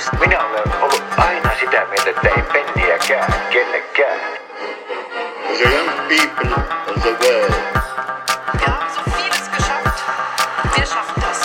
ulkopoliittista. Minä olen ollut aina sitä mieltä, että ei penniäkään kellekään. The young people of the world. Wir haben so vieles geschafft. Wir schaffen das.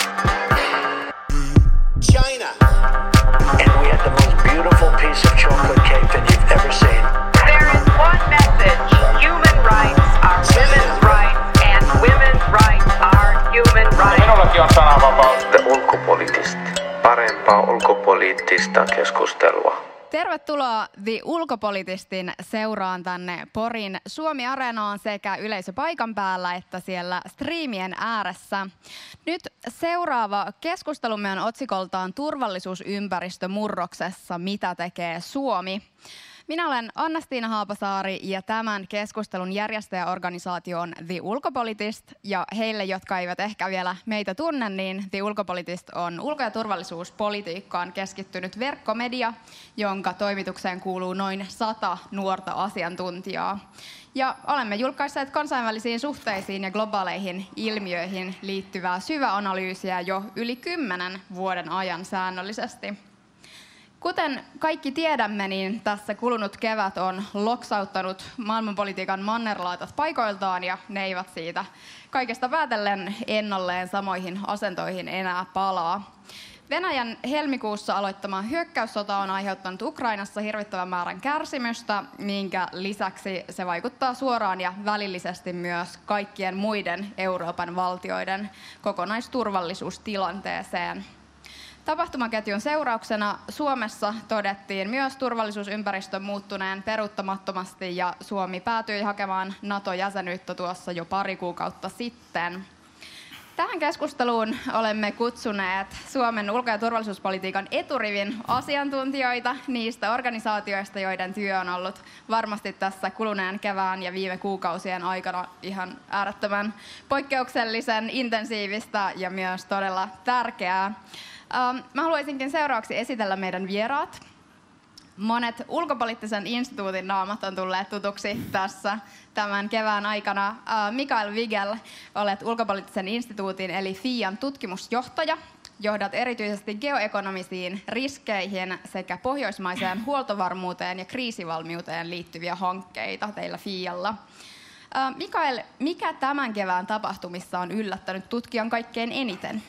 China. And we had the most beautiful piece of chocolate cake that you've ever seen. There is one message. Human rights are women's rights and women's rights are human rights. Minullakin on sananvapaus. Ulkopoliittista. Parempaa ulkopoliittista keskustelua. Tervetuloa The Ulkopolitistin seuraan tänne Porin Suomi-areenaan sekä yleisö paikan päällä että siellä striimien ääressä. Nyt seuraava keskustelumme on otsikoltaan turvallisuusympäristö murroksessa, mitä tekee Suomi. Minä olen Anna-Stiina Haapasaari ja tämän keskustelun järjestäjäorganisaatio on The Ulkopolitist. Ja heille, jotka eivät ehkä vielä meitä tunne, niin The Ulkopolitist on ulko- ja turvallisuuspolitiikkaan keskittynyt verkkomedia, jonka toimitukseen kuuluu noin 100 nuorta asiantuntijaa. Ja olemme julkaisseet kansainvälisiin suhteisiin ja globaaleihin ilmiöihin liittyvää syväanalyysiä jo yli 10 vuoden ajan säännöllisesti. Kuten kaikki tiedämme, niin tässä kulunut kevät on loksauttanut maailmanpolitiikan mannerlaatat paikoiltaan ja ne eivät siitä kaikesta päätellen ennalleen samoihin asentoihin enää palaa. Venäjän helmikuussa aloittama hyökkäyssota on aiheuttanut Ukrainassa hirvittävän määrän kärsimystä, minkä lisäksi se vaikuttaa suoraan ja välillisesti myös kaikkien muiden Euroopan valtioiden kokonaisturvallisuustilanteeseen. Tapahtumaketjun seurauksena Suomessa todettiin myös turvallisuusympäristön muuttuneen peruuttamattomasti ja Suomi päätyi hakemaan NATO-jäsenyyttä tuossa jo pari kuukautta sitten. Tähän keskusteluun olemme kutsuneet Suomen ulko- ja turvallisuuspolitiikan eturivin asiantuntijoita niistä organisaatioista, joiden työ on ollut varmasti tässä kuluneen kevään ja viime kuukausien aikana ihan äärettömän poikkeuksellisen intensiivistä ja myös todella tärkeää. Mä haluaisinkin seuraavaksi esitellä meidän vieraat. Monet ulkopoliittisen instituutin naamat on tulleet tutuksi tässä tämän kevään aikana. Mikael Wigel, olet ulkopoliittisen instituutin eli FIAn tutkimusjohtaja. Johdat erityisesti geoekonomisiin riskeihin sekä pohjoismaiseen huoltovarmuuteen ja kriisivalmiuteen liittyviä hankkeita teillä FIAlla. Mikael, mikä tämän kevään tapahtumissa on yllättänyt tutkijan kaikkein eniten?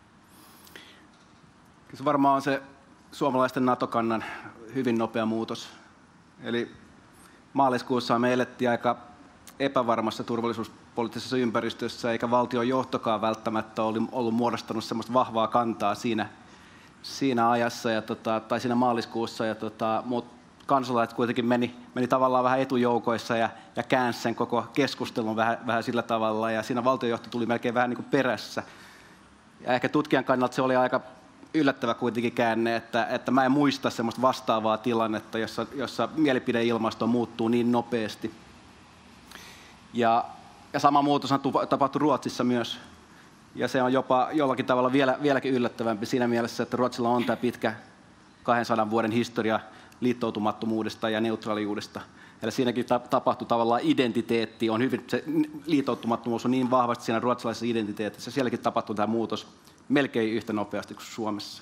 Se varmaan on se suomalaisten NATO-kannan hyvin nopea muutos. Eli maaliskuussa me elettiin aika epävarmassa turvallisuuspoliittisessa ympäristössä, eikä valtion johtokaan välttämättä ollut muodostanut semmoista vahvaa kantaa siinä ajassa tai siinä maaliskuussa. Mutta kansalaiset kuitenkin meni tavallaan vähän etujoukoissa ja käänsi sen koko keskustelun vähän sillä tavalla. Ja siinä valtionjohto tuli melkein vähän niin kuin perässä. Ja ehkä tutkijan kannalta se oli aika yllättävä kuitenkin käänne, että mä en muista semmoista vastaavaa tilannetta, jossa mielipideilmasto muuttuu niin nopeasti. Ja sama muutos on tapahtunut Ruotsissa myös. Ja se on jopa jollakin tavalla vieläkin yllättävämpi siinä mielessä, että Ruotsilla on tämä pitkä 200 vuoden historia liittoutumattomuudesta ja neutraaliudesta. Eli siinäkin tapahtui tavallaan identiteetti, se liittoutumattomuus on niin vahvasti siinä ruotsalaisessa identiteetissä. Sielläkin tapahtui tämä muutos melkein yhtä nopeasti kuin Suomessa.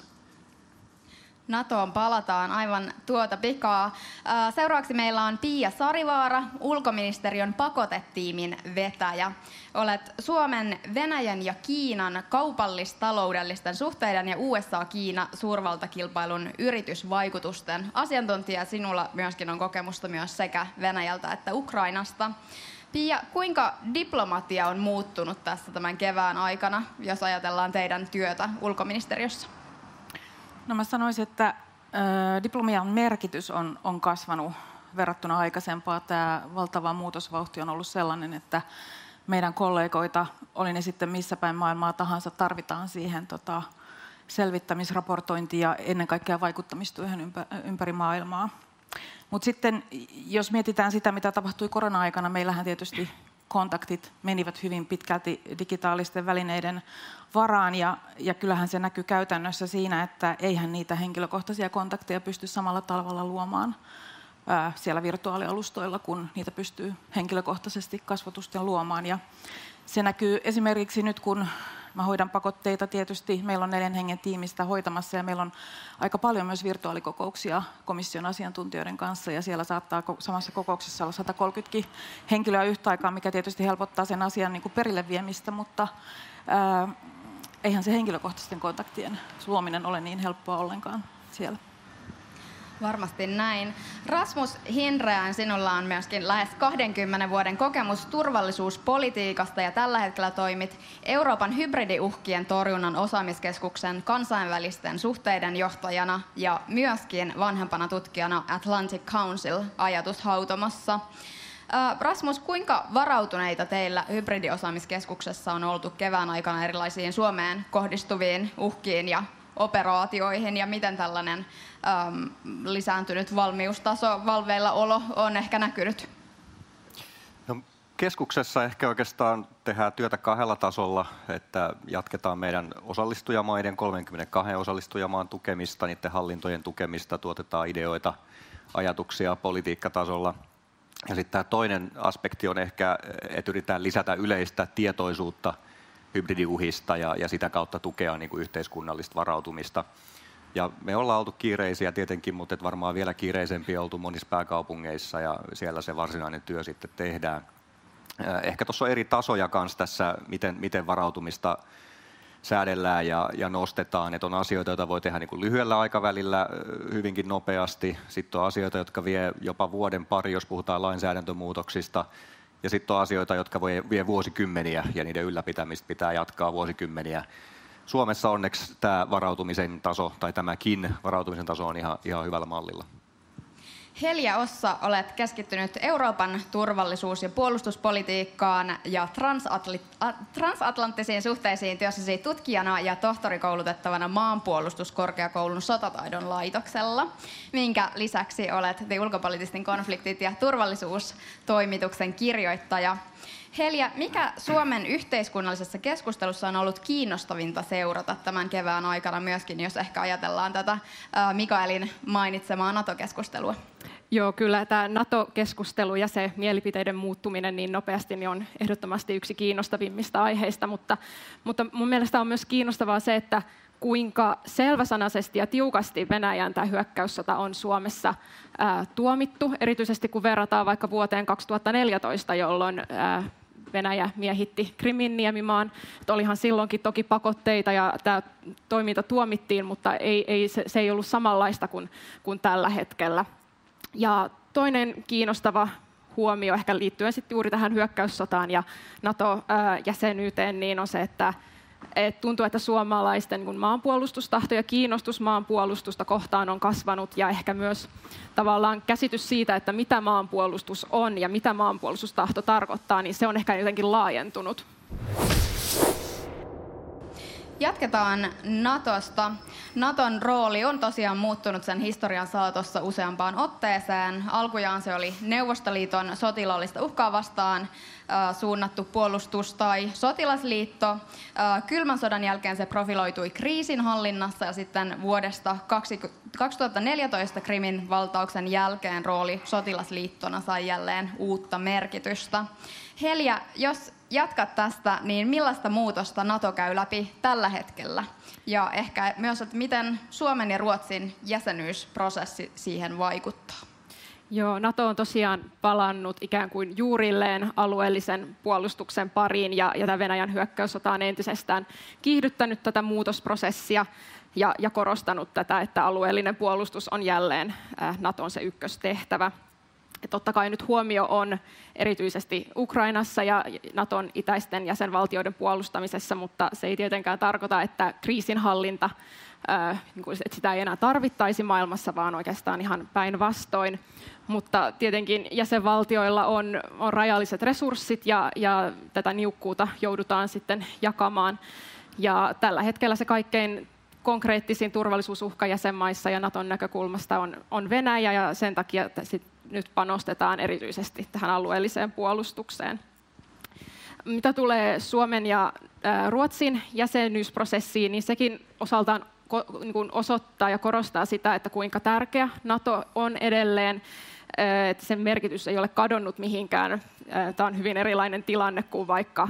NATOon palataan aivan tuota pikaa. Seuraavaksi meillä on Pia Sarivaara, ulkoministeriön pakotetiimin vetäjä. Olet Suomen, Venäjän ja Kiinan kaupallis-taloudellisten suhteiden ja USA-Kiina suurvaltakilpailun yritysvaikutusten asiantuntija. Sinulla myöskin on kokemusta myös sekä Venäjältä että Ukrainasta. Pia, kuinka diplomatia on muuttunut tässä tämän kevään aikana, jos ajatellaan teidän työtä ulkoministeriössä? No mä sanoisin, että diplomatian merkitys on kasvanut verrattuna aikaisempaan. Tämä valtava muutosvauhti on ollut sellainen, että meidän kollegoita, oli ne sitten missä päin maailmaa tahansa, tarvitaan siihen selvittämisraportointiin ja ennen kaikkea vaikuttamistyöhön ympäri maailmaa. Mutta sitten, jos mietitään sitä, mitä tapahtui korona-aikana, meillähän tietysti kontaktit menivät hyvin pitkälti digitaalisten välineiden varaan, ja kyllähän se näkyy käytännössä siinä, että eihän niitä henkilökohtaisia kontakteja pysty samalla tavalla luomaan siellä virtuaalialustoilla, kun niitä pystyy henkilökohtaisesti kasvotusten luomaan. Ja se näkyy esimerkiksi nyt, kun Mä hoidan pakotteita tietysti. Meillä on 4 hengen tiimistä hoitamassa ja meillä on aika paljon myös virtuaalikokouksia komission asiantuntijoiden kanssa ja siellä saattaa samassa kokouksessa olla 130 henkilöä yhtä aikaa, mikä tietysti helpottaa sen asian niin kuin perille viemistä, mutta eihän se henkilökohtaisten kontaktien luominen ole niin helppoa ollenkaan siellä. Varmasti näin. Rasmus Hinreän, sinulla on myöskin lähes 20 vuoden kokemus turvallisuuspolitiikasta ja tällä hetkellä toimit Euroopan hybridiuhkien torjunnan osaamiskeskuksen kansainvälisten suhteiden johtajana ja myöskin vanhempana tutkijana Atlantic Council-ajatushautomossa. Rasmus, kuinka varautuneita teillä hybridiosaamiskeskuksessa on oltu kevään aikana erilaisiin Suomeen kohdistuviin uhkiin ja operaatioihin ja miten tällainen lisääntynyt valmiustaso, valveilla olo on ehkä näkynyt? No, keskuksessa ehkä oikeastaan tehdään työtä 2 tasolla, että jatketaan meidän osallistujamaiden 32 osallistujamaan tukemista, niiden hallintojen tukemista, tuotetaan ideoita, ajatuksia politiikkatasolla. Ja sitten tämä toinen aspekti on ehkä, että yritetään lisätä yleistä tietoisuutta hybridiuhista ja sitä kautta tukea niin kuin yhteiskunnallista varautumista. Ja me ollaan oltu kiireisiä tietenkin, mutta varmaan vielä kiireisempiä oltu monissa pääkaupungeissa ja siellä se varsinainen työ sitten tehdään. Ehkä tuossa on eri tasoja kanssa tässä, miten varautumista säädellään ja nostetaan. Että on asioita, joita voi tehdä niin kuin lyhyellä aikavälillä hyvinkin nopeasti. Sitten on asioita, jotka vie jopa vuoden pari, jos puhutaan lainsäädäntömuutoksista. Ja sitten on asioita, jotka vie vuosikymmeniä ja niiden ylläpitämistä pitää jatkaa vuosikymmeniä. Suomessa onneksi tämä varautumisen taso, tai tämäkin varautumisen taso on ihan hyvällä mallilla. Helja Ossa, olet keskittynyt Euroopan turvallisuus- ja puolustuspolitiikkaan ja transatlanttisiin suhteisiin työssäsi tutkijana ja tohtorikoulutettavana maanpuolustuskorkeakoulun sotataidon laitoksella, minkä lisäksi olet The ulkopoliittisten konfliktit ja turvallisuustoimituksen kirjoittaja. Helja, mikä Suomen yhteiskunnallisessa keskustelussa on ollut kiinnostavinta seurata tämän kevään aikana myöskin, jos ehkä ajatellaan tätä Mikaelin mainitsemaa NATO-keskustelua? Joo, kyllä tämä NATO-keskustelu ja se mielipiteiden muuttuminen niin nopeasti niin on ehdottomasti yksi kiinnostavimmista aiheista, mutta mun mielestä on myös kiinnostavaa se, että kuinka selväsanaisesti ja tiukasti Venäjän tämä hyökkäyssota on Suomessa tuomittu, erityisesti kun verrataan vaikka vuoteen 2014, jolloin Venäjä miehitti Krimin niemimaan. Olihan silloinkin toki pakotteita ja tämä toiminta tuomittiin, mutta se ei ollut samanlaista kuin tällä hetkellä. Ja toinen kiinnostava huomio ehkä liittyen sitten juuri tähän hyökkäyssotaan ja NATO-jäsenyyteen niin on se, että tuntuu, että suomalaisten maanpuolustustahto ja kiinnostus maanpuolustusta kohtaan on kasvanut ja ehkä myös tavallaan käsitys siitä, että mitä maanpuolustus on ja mitä maanpuolustustahto tarkoittaa, niin se on ehkä jotenkin laajentunut. Jatketaan Natosta. Naton rooli on tosiaan muuttunut sen historian saatossa useampaan otteeseen. Alkujaan se oli Neuvostoliiton sotilaallista uhkaa vastaan suunnattu puolustus- tai sotilasliitto. Kylmän sodan jälkeen se profiloitui kriisinhallinnassa ja sitten vuodesta 2014 Krimin valtauksen jälkeen rooli sotilasliittona sai jälleen uutta merkitystä. Helja, jos jatkat tästä, niin millaista muutosta NATO käy läpi tällä hetkellä? Ja ehkä myös, että miten Suomen ja Ruotsin jäsenyysprosessi siihen vaikuttaa? Joo, NATO on tosiaan palannut ikään kuin juurilleen alueellisen puolustuksen pariin ja tämä Venäjän hyökkäyssota on entisestään kiihdyttänyt tätä muutosprosessia ja korostanut tätä, että alueellinen puolustus on jälleen NATOn se ykköstehtävä. Ja totta kai nyt huomio on erityisesti Ukrainassa ja NATOn itäisten jäsenvaltioiden puolustamisessa, mutta se ei tietenkään tarkoita, että kriisinhallinta, että sitä ei enää tarvittaisi maailmassa, vaan oikeastaan ihan päinvastoin. Mutta tietenkin jäsenvaltioilla on rajalliset resurssit ja tätä niukkuutta joudutaan sitten jakamaan. Ja tällä hetkellä se kaikkein konkreettisin turvallisuusuhka jäsenmaissa ja NATOn näkökulmasta on Venäjä ja sen takia nyt panostetaan erityisesti tähän alueelliseen puolustukseen. Mitä tulee Suomen ja Ruotsin jäsenyysprosessiin, niin sekin osaltaan osoittaa ja korostaa sitä, että kuinka tärkeä NATO on edelleen, että sen merkitys ei ole kadonnut mihinkään. Tämä on hyvin erilainen tilanne kuin vaikka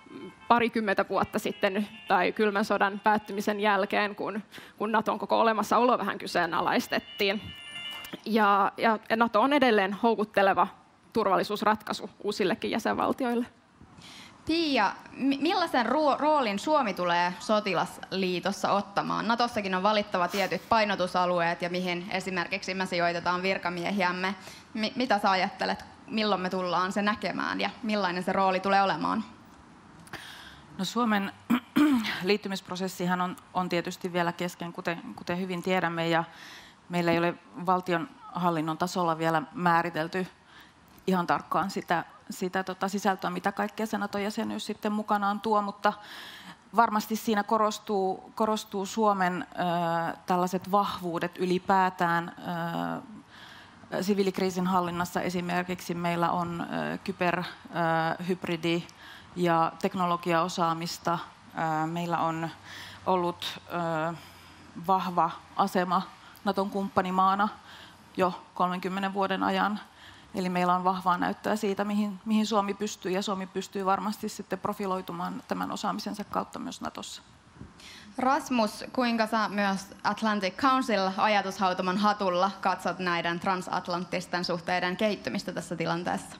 parikymmentä vuotta sitten tai kylmän sodan päättymisen jälkeen, kun Naton koko olemassaolo vähän kyseenalaistettiin. Ja Nato on edelleen houkutteleva turvallisuusratkaisu uusillekin jäsenvaltioille. Pia, millaisen roolin Suomi tulee sotilasliitossa ottamaan? Natossakin on valittava tietyt painotusalueet ja mihin esimerkiksi me sijoitetaan virkamiehiämme. Mitä sä ajattelet, milloin me tullaan se näkemään ja millainen se rooli tulee olemaan? No Suomen liittymisprosessihan on tietysti vielä kesken, kuten hyvin tiedämme, ja meillä ei ole valtionhallinnon tasolla vielä määritelty ihan tarkkaan sitä sisältöä, mitä kaikkea se NATO-jäsenyys sitten mukanaan tuo, mutta varmasti siinä korostuu Suomen tällaiset vahvuudet ylipäätään. Siviilikriisinhallinnassa esimerkiksi meillä on kyber, hybridi ja teknologiaosaamista. Meillä on ollut vahva asema Naton kumppanimaana jo 30 vuoden ajan. Eli meillä on vahvaa näyttöä siitä, mihin Suomi pystyy, ja Suomi pystyy varmasti sitten profiloitumaan tämän osaamisensa kautta myös Natossa. Rasmus, kuinka sä myös Atlantic Council-ajatushautoman hatulla katsot näiden transatlanttisten suhteiden kehittymistä tässä tilanteessa?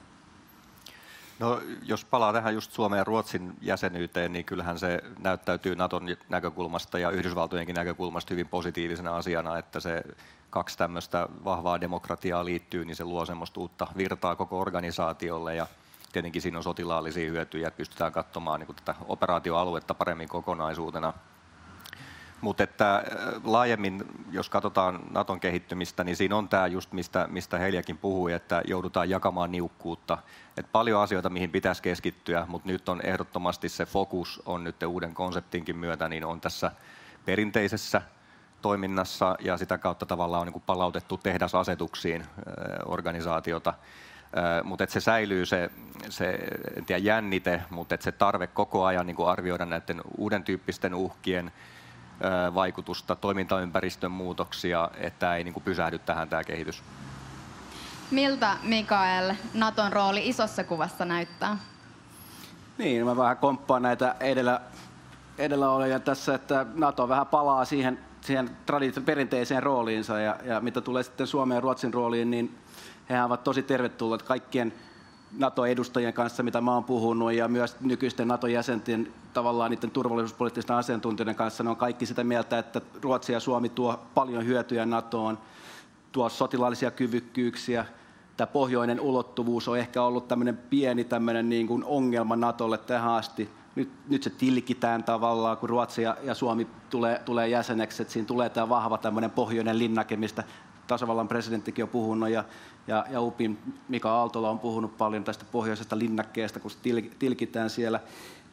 No, jos palaa tähän just Suomen ja Ruotsin jäsenyyteen, niin kyllähän se näyttäytyy Naton näkökulmasta ja Yhdysvaltojenkin näkökulmasta hyvin positiivisena asiana, että se kaksi tämmöistä vahvaa demokratiaa liittyy, niin se luo semmoista uutta virtaa koko organisaatiolle, ja tietenkin siinä on sotilaallisia hyötyjä, että pystytään katsomaan niin kuin tätä operaatioaluetta paremmin kokonaisuutena. Mutta että laajemmin, jos katsotaan Naton kehittymistä, niin siinä on tämä just, mistä Heljakin puhui, että joudutaan jakamaan niukkuutta. Et paljon asioita, mihin pitäisi keskittyä, mutta nyt on ehdottomasti se fokus on nyt uuden konseptinkin myötä, niin on tässä perinteisessä toiminnassa, ja sitä kautta tavallaan on niin kuin palautettu tehdasasetuksiin organisaatiota. Mutta se säilyy se en tiedä, jännite, mutta se tarve koko ajan niin kuin arvioida näiden uuden tyyppisten uhkien vaikutusta, toimintaympäristön muutoksia, että ei niin kuin pysähdy tähän tämä kehitys. Miltä, Mikael, Naton rooli isossa kuvassa näyttää? Niin, mä vähän komppaan näitä edellä olevia tässä, että Nato vähän palaa siihen perinteiseen rooliinsa, ja mitä tulee sitten Suomen ja Ruotsin rooliin, niin hehän ovat tosi tervetulleet kaikkien NATO-edustajien kanssa, mitä mä oon puhunut, ja myös nykyisten NATO-jäsenten tavallaan niiden turvallisuuspoliittisten asiantuntijoiden kanssa. Ne on kaikki sitä mieltä, että Ruotsi ja Suomi tuo paljon hyötyjä NATOon, tuo sotilaallisia kyvykkyyksiä. Tämä pohjoinen ulottuvuus on ehkä ollut tämmöinen pieni niin kuin ongelma NATOlle tähän asti. Nyt se tilkitään tavallaan, kun Ruotsi ja Suomi tulee jäseneksi, että siinä tulee tämä vahva tämmöinen pohjoinen linnake, mistä tasavallan presidenttikin on puhunut, ja UPin Mika Aaltola on puhunut paljon tästä pohjoisesta linnakkeesta, kun se tilkitään siellä.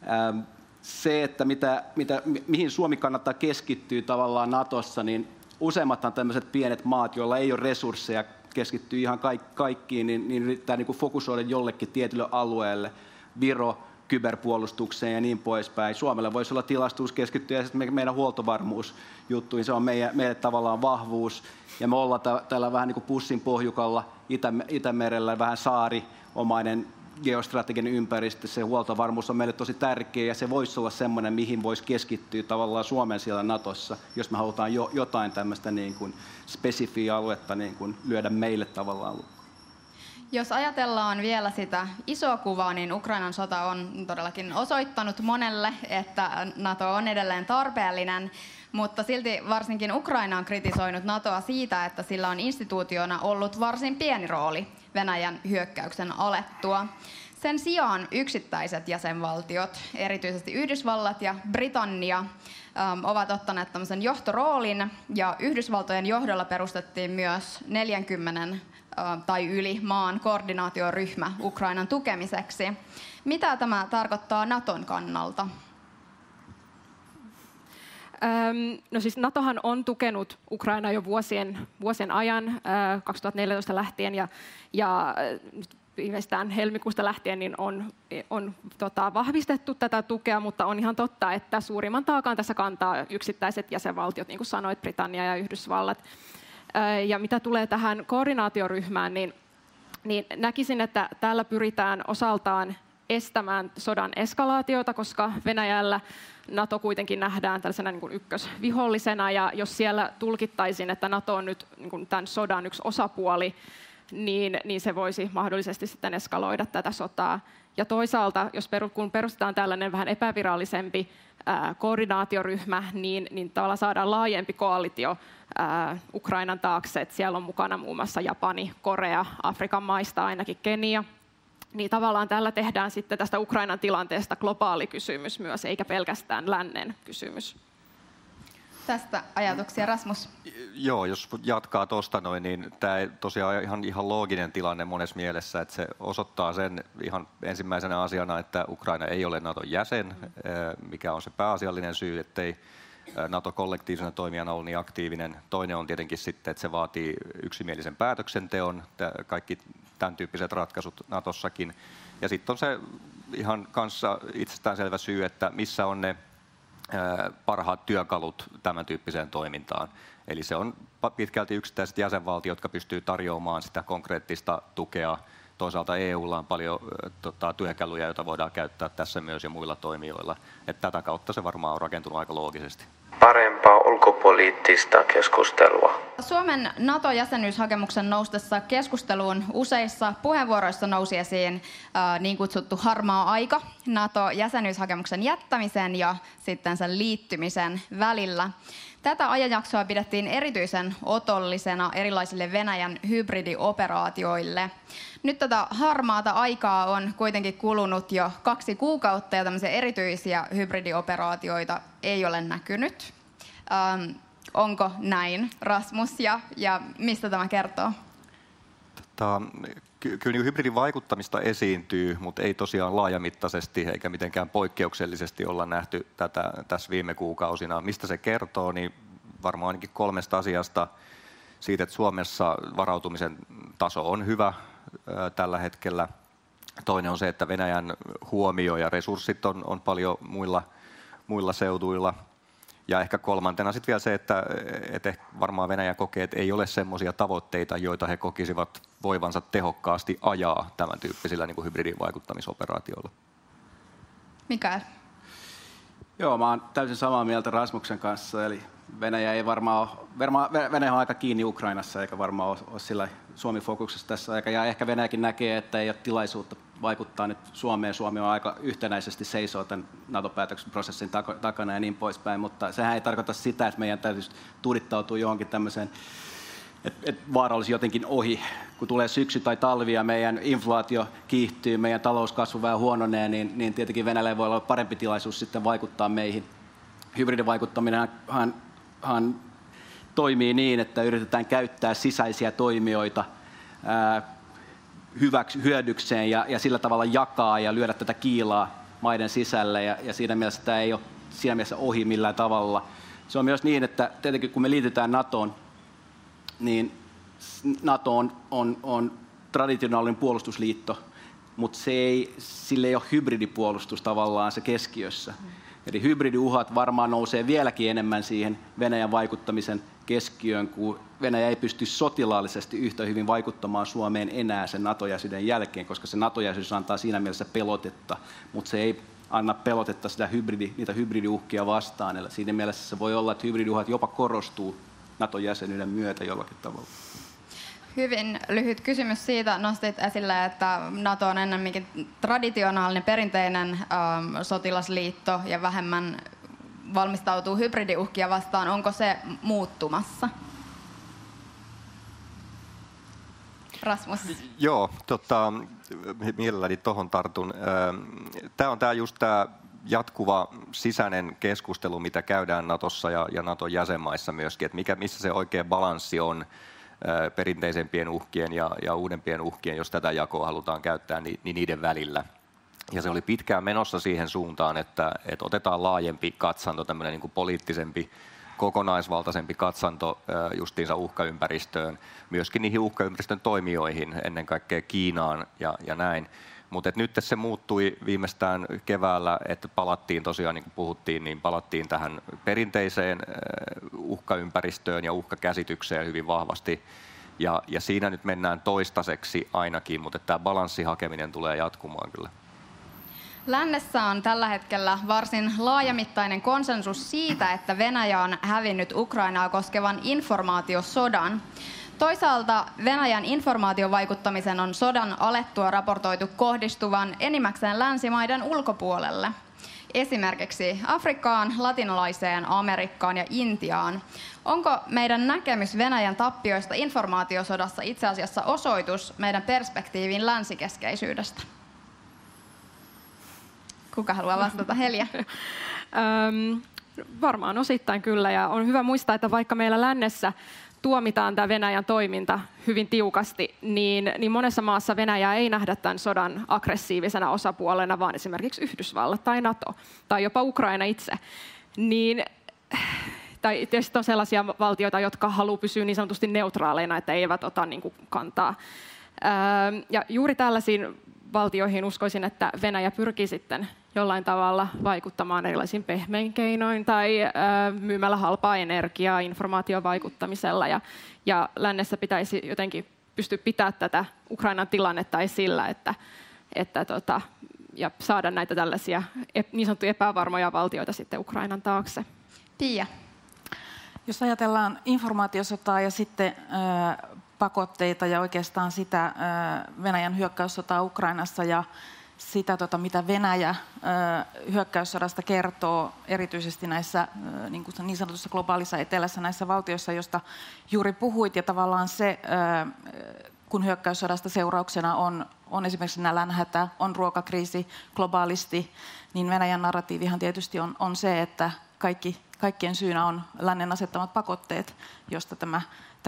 Se, että mihin Suomi kannattaa keskittyä tavallaan Natossa, niin useimmathan tämmöiset pienet maat, joilla ei ole resursseja keskittyä ihan kaikkiin, niin yrittää niin kuin fokusoida jollekin tietylle alueelle. Viro, kyberpuolustukseen ja niin poispäin. Suomella voisi olla tilastuus keskittyä ja meidän huoltovarmuusjuttuihin. Se on meille tavallaan vahvuus. Ja me ollaan täällä vähän niin kuin pussin pohjukalla Itämerellä, vähän saariomainen geostrateginen ympäristö. Se huoltovarmuus on meille tosi tärkeä, ja se voisi olla semmoinen, mihin voisi keskittyä tavallaan Suomen siellä Natossa, jos me halutaan jotain tämmöistä niin kuin spesifiä aluetta niin kuin lyödä meille tavallaan. Jos ajatellaan vielä sitä isoa kuvaa, niin Ukrainan sota on todellakin osoittanut monelle, että NATO on edelleen tarpeellinen, mutta silti varsinkin Ukraina on kritisoinut NATOa siitä, että sillä on instituutiona ollut varsin pieni rooli Venäjän hyökkäyksen alettua. Sen sijaan yksittäiset jäsenvaltiot, erityisesti Yhdysvallat ja Britannia, ovat ottaneet tämmöisen johtoroolin, ja Yhdysvaltojen johdolla perustettiin myös 40 tai yli maan koordinaatioryhmä Ukrainan tukemiseksi. Mitä tämä tarkoittaa Naton kannalta? No siis NATOhan on tukenut Ukrainaa jo vuosien ajan, 2014 lähtien, ja viimeistään helmikuusta lähtien niin on vahvistettu tätä tukea, mutta on ihan totta, että suurimman taakan tässä kantaa yksittäiset jäsenvaltiot, niin kuin sanoit, Britannia ja Yhdysvallat. Ja mitä tulee tähän koordinaatioryhmään, niin näkisin, että täällä pyritään osaltaan estämään sodan eskalaatiota, koska Venäjällä NATO kuitenkin nähdään tällaisena niin kuin ykkösvihollisena, ja jos siellä tulkittaisiin, että NATO on nyt niin kuin tämän sodan yksi osapuoli, niin se voisi mahdollisesti sitten eskaloida tätä sotaa. Ja toisaalta, kun perustetaan tällainen vähän epävirallisempi koordinaatioryhmä, niin tavallaan saadaan laajempi koalitio Ukrainan taakse. Että siellä on mukana muun muassa Japani, Korea, Afrikan maista ainakin Kenia. Niin tavallaan tällä tehdään sitten tästä Ukrainan tilanteesta globaali kysymys myös, eikä pelkästään lännen kysymys. Tästä ajatuksia, Rasmus? Joo, jos jatkaa tuosta noin, niin tämä tosiaan ihan looginen tilanne monessa mielessä, että se osoittaa sen ihan ensimmäisenä asiana, että Ukraina ei ole Naton jäsen, mikä on se pääasiallinen syy, ettei NATO kollektiivisena toimijana ollut niin aktiivinen. Toinen on tietenkin sitten, että se vaatii yksimielisen päätöksenteon, kaikki tämän tyyppiset ratkaisut Natossakin. Ja sitten on se ihan kanssa itsestäänselvä syy, että missä on ne parhaat työkalut tämän tyyppiseen toimintaan. Eli se on pitkälti yksittäiset jäsenvaltiot, jotka pystyy tarjoamaan sitä konkreettista tukea. Toisaalta EUlla on paljon työkaluja, joita voidaan käyttää tässä myös ja muilla toimijoilla. Että tätä kautta se varmaan on rakentunut aika loogisesti. Parempaa ulkopoliittista keskustelua. Suomen NATO-jäsenyyshakemuksen noustessa keskusteluun useissa puheenvuoroissa nousi esiin niin kutsuttu harmaa aika NATO-jäsenyyshakemuksen jättämisen ja sitten sen liittymisen välillä. Tätä ajanjaksoa pidettiin erityisen otollisena erilaisille Venäjän hybridioperaatioille. Nyt tätä harmaata aikaa on kuitenkin kulunut jo 2 kuukautta ja tämmöisiä erityisiä hybridioperaatioita ei ole näkynyt. Onko näin, Rasmus, ja mistä tämä kertoo? Kyllä hybridivaikuttamista esiintyy, mutta ei tosiaan laajamittaisesti eikä mitenkään poikkeuksellisesti olla nähty tätä tässä viime kuukausina. Mistä se kertoo, niin varmaan ainakin 3 asiasta. Siitä, että Suomessa varautumisen taso on hyvä tällä hetkellä. Toinen on se, että Venäjän huomio ja resurssit on paljon muilla seuduilla. Ja ehkä kolmantena sitten vielä se, että varmaan Venäjä kokee, että ei ole semmoisia tavoitteita, joita he kokisivat voivansa tehokkaasti ajaa tämän tyyppisillä niin kuin hybridivaikuttamisoperaatioilla. Mikael? Joo, mä oon täysin samaa mieltä Rasmuksen kanssa. Eli Venäjä on aika kiinni Ukrainassa, eikä varmaan ole sillä Suomi-fokuksessa tässä aika. Ja ehkä Venäjäkin näkee, että ei ole tilaisuutta vaikuttaa nyt Suomeen. Suomi on aika yhtenäisesti seisoo tämän NATO-päätöksenprosessin takana ja niin poispäin. Mutta sehän ei tarkoita sitä, että meidän täytyisi tuudittautua johonkin tämmöiseen, että vaara olisi jotenkin ohi. Kun tulee syksy tai talvi ja meidän inflaatio kiihtyy, meidän talouskasvu vähän huononee, niin tietenkin Venäjällä voi olla parempi tilaisuus sitten vaikuttaa meihin. Hybridivaikuttaminenhan toimii niin, että yritetään käyttää sisäisiä toimijoita hyödykseen ja sillä tavalla jakaa ja lyödä tätä kiilaa maiden sisälle. Ja siinä mielessä tämä ei ole siinä mielessä ohi millään tavalla. Se on myös niin, että tietenkin kun me liitytään NATOon, niin NATO on traditionaalinen puolustusliitto, mutta sillä ei ole hybridipuolustus tavallaan se keskiössä. Eli hybridiuhat varmaan nousee vieläkin enemmän siihen Venäjän vaikuttamisen keskiöön, kun Venäjä ei pysty sotilaallisesti yhtä hyvin vaikuttamaan Suomeen enää sen NATO-jäsenyyden jälkeen, koska se NATO-jäsenyys antaa siinä mielessä pelotetta, mutta se ei anna pelotetta niitä hybridiuhkia vastaan. Eli siinä mielessä se voi olla, että hybridiuhat jopa korostuu NATO-jäsenyyden myötä jollakin tavalla. Hyvin lyhyt kysymys siitä. Nostit esille, että NATO on ennemminkin traditionaalinen, perinteinen sotilasliitto ja vähemmän valmistautuu hybridiuhkia vastaan. Onko se muuttumassa? Rasmus. Joo, mielelläni tuohon tartun. Tämä on just tämä jatkuva sisäinen keskustelu, mitä käydään Natossa ja Naton jäsenmaissa myöskin, että missä se oikea balanssi on perinteisempien uhkien ja uudempien uhkien, jos tätä jakoa halutaan käyttää, niin niiden välillä. Ja se oli pitkään menossa siihen suuntaan, että otetaan laajempi katsanto, tämmöinen niin kuin poliittisempi, kokonaisvaltaisempi katsanto justiinsa uhkaympäristöön, myöskin niihin uhkaympäristön toimijoihin, ennen kaikkea Kiinaan ja näin. Mutta nyt se muuttui viimeistään keväällä, että palattiin tosiaan, niin kuin puhuttiin, niin palattiin tähän perinteiseen uhkaympäristöön ja uhkakäsitykseen hyvin vahvasti. Ja siinä nyt mennään toistaiseksi ainakin, mutta tämä balanssin hakeminen tulee jatkumaan kyllä. Lännessä on tällä hetkellä varsin laajamittainen konsensus siitä, että Venäjä on hävinnyt Ukrainaa koskevan informaatiosodan. Toisaalta Venäjän informaatiovaikuttamisen on sodan alettua raportoitu kohdistuvan enimmäkseen länsimaiden ulkopuolelle. Esimerkiksi Afrikkaan, Latinalaiseen Amerikkaan ja Intiaan. Onko meidän näkemys Venäjän tappioista informaatiosodassa itse asiassa osoitus meidän perspektiivin länsikeskeisyydestä? Kuka haluaa vastata? Helja. Varmaan osittain kyllä, ja on hyvä muistaa, että vaikka meillä lännessä tuomitaan tämä Venäjän toiminta hyvin tiukasti, niin monessa maassa Venäjää ei nähdä tämän sodan aggressiivisena osapuolena, vaan esimerkiksi Yhdysvallat tai NATO tai jopa Ukraina itse. Tai tietysti on sellaisia valtioita, jotka haluaa pysyä niin sanotusti neutraaleina, että eivät ota niin kuin kantaa. Ja juuri tällaisiin valtioihin uskoisin, että Venäjä pyrkii sitten jollain tavalla vaikuttamaan erilaisiin pehmein keinoin tai myymällä halpaa energiaa informaatiovaikuttamisella. Ja lännessä pitäisi jotenkin pystyä pitämään tätä Ukrainan tilannetta esillä, ja saada näitä tällaisia niin sanottuja epävarmoja valtioita sitten Ukrainan taakse. Pia. Jos ajatellaan informaatiosotaa ja sitten pakotteita ja oikeastaan sitä Venäjän hyökkäyssotaa Ukrainassa ja sitä, mitä Venäjä hyökkäyssodasta kertoo, erityisesti näissä niin sanotussa globaalissa etelässä, näissä valtioissa, joista juuri puhuit, ja tavallaan se, kun hyökkäyssodasta seurauksena on esimerkiksi nälänhätä, on ruokakriisi globaalisti, niin Venäjän narratiivihan tietysti on se, että kaikkien syynä on lännen asettamat pakotteet, josta tämä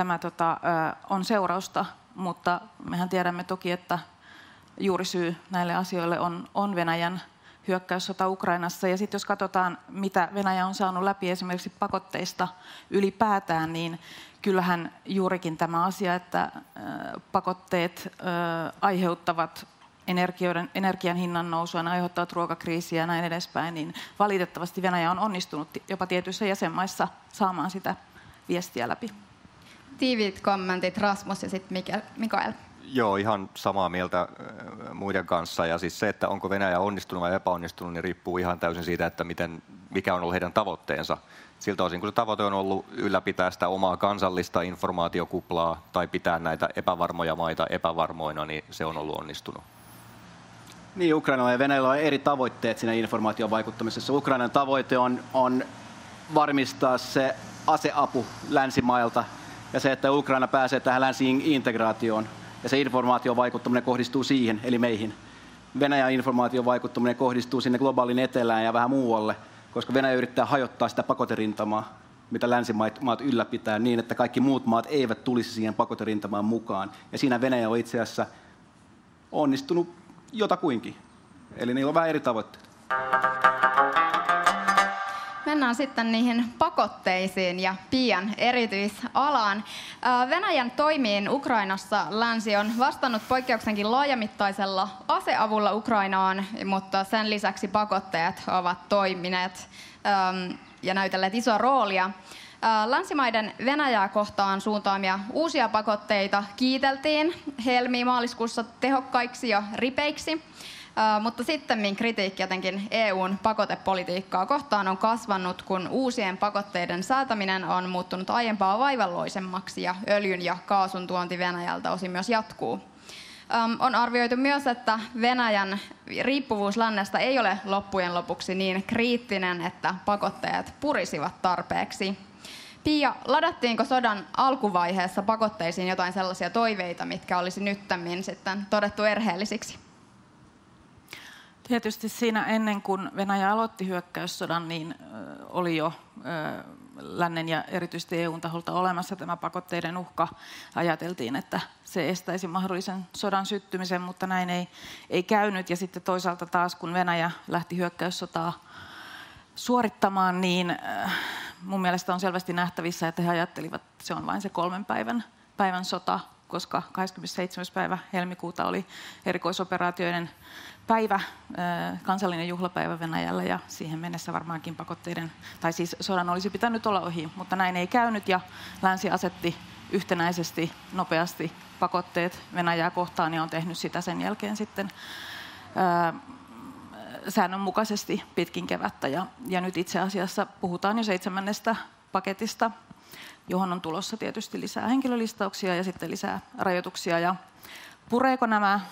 on seurausta, mutta mehän tiedämme toki, että juurisyy näille asioille on Venäjän hyökkäyssota Ukrainassa. Ja sitten jos katsotaan, mitä Venäjä on saanut läpi esimerkiksi pakotteista ylipäätään, niin kyllähän juurikin tämä asia, että pakotteet aiheuttavat energian hinnan nousua, ne aiheuttavat ruokakriisiä ja näin edespäin, niin valitettavasti Venäjä on onnistunut jopa tietyissä jäsenmaissa saamaan sitä viestiä läpi. Tiiviit kommentit, Rasmus ja sitten Mikael. Joo, ihan samaa mieltä muiden kanssa. Ja siis se, että onko Venäjä onnistunut vai epäonnistunut, niin riippuu ihan täysin siitä, että mikä on ollut heidän tavoitteensa. Siltä osin, kun se tavoite on ollut ylläpitää sitä omaa kansallista informaatiokuplaa tai pitää näitä epävarmoja maita epävarmoina, niin se on ollut onnistunut. Niin, Ukrainalla ja Venäjällä on eri tavoitteet siinä informaation vaikuttamisessa. Ukrainan tavoite on varmistaa se aseapu länsimailta ja se, että Ukraina pääsee tähän länsi-integraatioon. Ja se informaation vaikuttaminen kohdistuu siihen, eli meihin. Venäjän informaation vaikuttaminen kohdistuu sinne globaalin etelään ja vähän muualle, koska Venäjä yrittää hajottaa sitä pakoterintamaa, mitä länsimaat ylläpitää, niin että kaikki muut maat eivät tulisi siihen pakoterintamaan mukaan. Ja siinä Venäjä on itse asiassa onnistunut jotakuinkin. Eli niillä on vähän eri tavoitteet. Mennään sitten niihin pakotteisiin ja Pian erityisalaan. Venäjän toimiin Ukrainassa länsi on vastannut poikkeuksenkin laajamittaisella aseavulla Ukrainaan, mutta sen lisäksi pakotteet ovat toimineet ja näytelleet isoa roolia. Länsimaiden Venäjää kohtaan suuntaamia uusia pakotteita kiiteltiin maaliskuussa tehokkaiksi ja ripeiksi. Mutta sittemmin kritiikki jotenkin EUn pakotepolitiikkaa kohtaan on kasvanut, kun uusien pakotteiden säätäminen on muuttunut aiempaa vaivalloisemmaksi ja öljyn ja kaasun tuonti Venäjältä osin myös jatkuu. On arvioitu myös, että Venäjän riippuvuus lännestä ei ole loppujen lopuksi niin kriittinen, että pakotteet purisivat tarpeeksi. Pia, ladattiinko sodan alkuvaiheessa pakotteisiin jotain sellaisia toiveita, mitkä olisi nyttemmin sitten todettu erheellisiksi? Tietysti siinä ennen kuin Venäjä aloitti hyökkäyssodan, niin oli jo lännen ja erityisesti EUn taholta olemassa tämä pakotteiden uhka. Ajateltiin, että se estäisi mahdollisen sodan syttymisen, mutta näin ei käynyt. Ja sitten toisaalta taas, kun Venäjä lähti hyökkäyssotaa suorittamaan, niin mun mielestä on selvästi nähtävissä, että he ajattelivat, että se on vain se 3 päivän sota, koska 27. päivä helmikuuta oli erikoisoperaatioiden päivä, kansallinen juhlapäivä Venäjällä, ja siihen mennessä varmaankin sodan olisi pitänyt olla ohi, mutta näin ei käynyt, ja länsi asetti yhtenäisesti, nopeasti pakotteet Venäjää kohtaan, ja on tehnyt sitä sen jälkeen sitten säännönmukaisesti pitkin kevättä. Ja nyt itse asiassa puhutaan jo 7. paketista, johon on tulossa tietysti lisää henkilölistauksia ja sitten lisää rajoituksia. Ja pureeko nämä,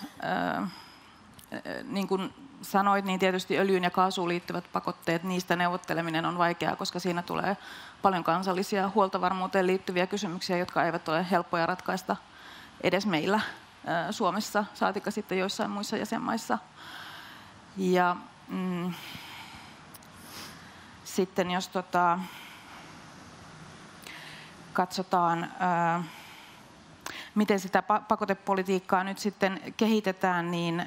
niin kuin sanoit, niin tietysti öljyyn ja kaasuun liittyvät pakotteet, niistä neuvotteleminen on vaikeaa, koska siinä tulee paljon kansallisia huoltovarmuuteen liittyviä kysymyksiä, jotka eivät ole helppoja ratkaista edes meillä Suomessa, saatikka sitten joissain muissa jäsenmaissa. Ja sitten jos katsotaan, miten sitä pakotepolitiikkaa nyt sitten kehitetään, niin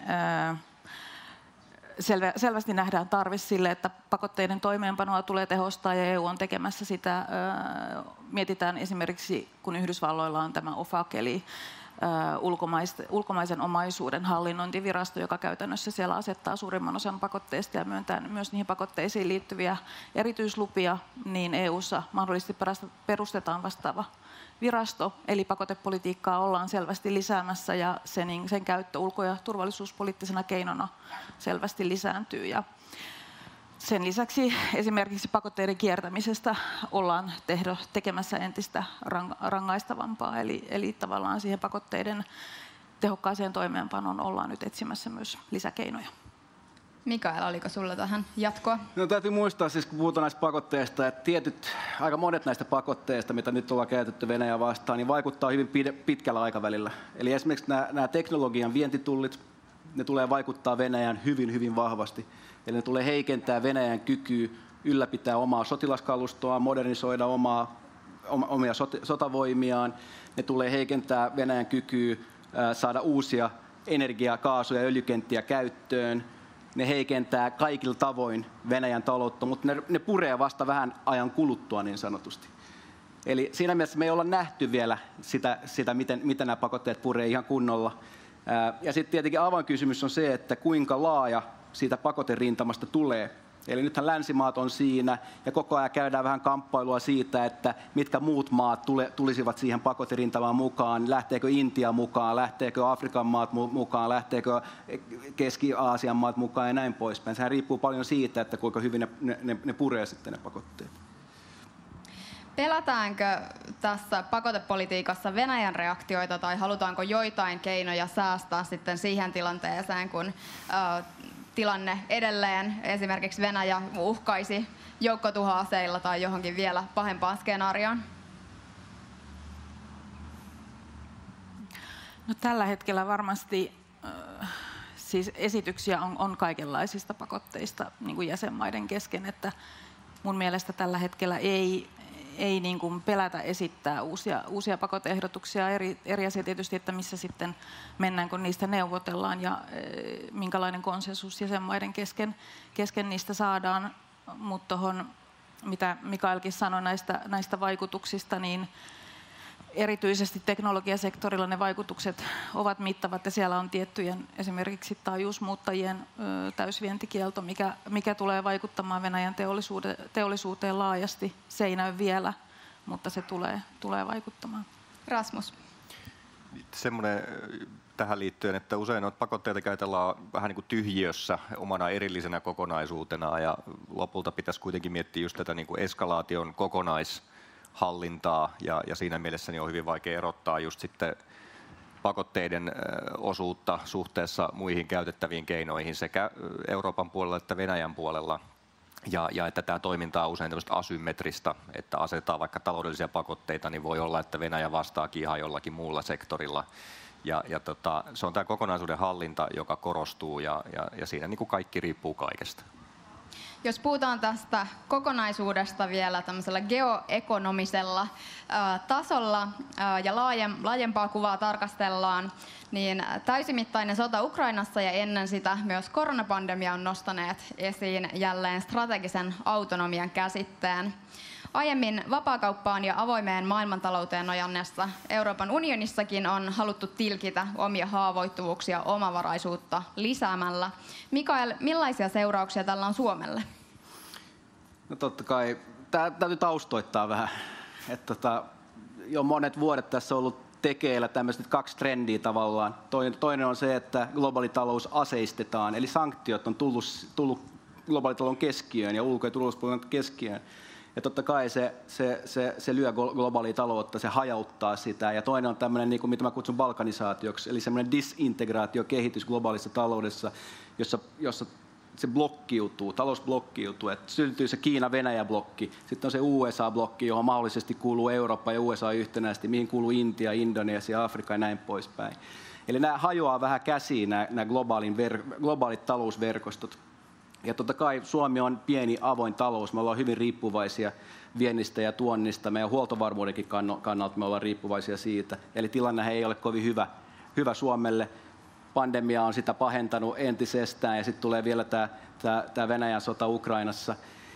selvästi nähdään tarve sille, että pakotteiden toimeenpanoa tulee tehostaa ja EU on tekemässä sitä. Mietitään esimerkiksi, kun Yhdysvalloilla on tämä OFAC, eli ulkomaisen omaisuuden hallinnointivirasto, joka käytännössä siellä asettaa suurimman osan pakotteista ja myöntää myös niihin pakotteisiin liittyviä erityislupia, niin EU:ssa mahdollisesti perustetaan vastaava virasto, eli pakotepolitiikkaa ollaan selvästi lisäämässä ja sen käyttö ulko- ja turvallisuuspoliittisena keinona selvästi lisääntyy. Ja sen lisäksi esimerkiksi pakotteiden kiertämisestä ollaan tekemässä entistä rangaistavampaa, eli tavallaan siihen pakotteiden tehokkaaseen toimeenpanoon ollaan nyt etsimässä myös lisäkeinoja. Mikael, oliko sulla tähän jatkoa? No, täytyy muistaa, siis kun puhutaan näistä pakotteista, että aika monet näistä pakotteista, mitä nyt ollaan käytetty Venäjää vastaan, niin vaikuttaa hyvin pitkällä aikavälillä. Eli esimerkiksi nämä teknologian vientitullit, ne tulee vaikuttaa Venäjään hyvin, hyvin vahvasti. Eli ne tulee heikentää Venäjän kykyä ylläpitää omaa sotilaskalustoa, modernisoida omia sotavoimiaan. Ne tulee heikentää Venäjän kykyä saada uusia energia-, kaasu- ja öljykenttiä käyttöön. Ne heikentää kaikilla tavoin Venäjän taloutta, mutta ne puree vasta vähän ajan kuluttua niin sanotusti. Eli siinä mielessä me ei olla nähty vielä sitä miten nämä pakotteet puree ihan kunnolla. Ja sitten tietenkin avainkysymys on se, että kuinka laaja siitä pakoterintamasta tulee. Eli nythän länsimaat on siinä ja koko ajan käydään vähän kamppailua siitä, että mitkä muut maat tulisivat siihen pakoterintamaan mukaan. Lähteekö Intia mukaan, lähteekö Afrikan maat mukaan, lähteekö Keski-Aasian maat mukaan ja näin poispäin. Sehän riippuu paljon siitä, että kuinka hyvin ne puree sitten ne pakotteet. Pelätäänkö tässä pakotepolitiikassa Venäjän reaktioita tai halutaanko joitain keinoja säästää sitten siihen tilanteeseen, kun tilanne edelleen esimerkiksi Venäjä uhkaisi joukkotuhoaseilla tai johonkin vielä pahempaan skenaarioon? No, tällä hetkellä varmasti siis esityksiä on kaikenlaisista pakotteista niin kuin jäsenmaiden kesken, että mun mielestä tällä hetkellä ei niin kuin pelätä esittää uusia pakoteehdotuksia. Eri asia tietysti, että missä sitten mennään, kun niistä neuvotellaan ja minkälainen konsensus jäsenmaiden kesken niistä saadaan. Mutta tuohon, mitä Mikaelkin sanoi näistä vaikutuksista, niin erityisesti teknologiasektorilla ne vaikutukset ovat mittavat ja siellä on tiettyjen esimerkiksi taajuusmuuttajien täysvientikielto, mikä tulee vaikuttamaan Venäjän teollisuuteen laajasti. Se ei näy vielä, mutta se tulee vaikuttamaan. Rasmus. Semmoinen tähän liittyen, että usein noita pakotteita käytetään vähän niin kuin tyhjiössä omana erillisenä kokonaisuutena ja lopulta pitäisi kuitenkin miettiä just tätä niin kuin eskalaation kokonaishallintaa ja siinä mielessä niin on hyvin vaikea erottaa just sitten pakotteiden osuutta suhteessa muihin käytettäviin keinoihin sekä Euroopan puolella että Venäjän puolella. Ja että tämä toiminta on usein tämmöistä asymmetristä, että asetetaan vaikka taloudellisia pakotteita, niin voi olla, että Venäjä vastaakin ihan jollakin muulla sektorilla. Se on tämä kokonaisuuden hallinta, joka korostuu ja siinä niin kuin kaikki riippuu kaikesta. Jos puhutaan tästä kokonaisuudesta vielä tämmöisellä geoekonomisella tasolla ja laajempaa kuvaa tarkastellaan, niin täysimittainen sota Ukrainassa ja ennen sitä myös koronapandemia on nostaneet esiin jälleen strategisen autonomian käsitteen. Aiemmin vapaakauppaan ja avoimeen maailmantalouteen nojanneessa Euroopan unionissakin on haluttu tilkitä omia haavoittuvuuksia omavaraisuutta lisäämällä. Mikael, millaisia seurauksia tällä on Suomelle? No totta kai, tämä täytyy taustoittaa vähän. Jo monet vuodet tässä on ollut tekeillä tämmöiset 2 trendiä tavallaan. Toinen on se, että globaalitalous aseistetaan, eli sanktiot on tullut globaalitalouden keskiöön ja ulko- ja turvallisuuspolitiikan keskiöön. Ja totta kai se lyö globaalia taloutta, se hajauttaa sitä. Ja toinen on tämmöinen, niin kuin mitä mä kutsun balkanisaatioksi, eli semmoinen disintegraatiokehitys globaalissa taloudessa, jossa se blokkiutuu, talous blokkiutuu. Että syntyy se Kiina-Venäjä-blokki, sitten on se USA-blokki, johon mahdollisesti kuuluu Eurooppa ja USA yhtenäisesti, mihin kuuluu Intia, Indonesia, Afrikka ja näin poispäin. Eli nämä hajoaa vähän käsiin, nämä globaalit talousverkostot. Ja totta kai Suomi on pieni avoin talous, me ollaan hyvin riippuvaisia viennistä ja tuonnista, meidän huoltovarmuudenkin kannalta me ollaan riippuvaisia siitä. Eli tilanne ei ole kovin hyvä Suomelle. Pandemia on sitä pahentanut entisestään ja sitten tulee vielä tämä Venäjän sota Ukrainassa.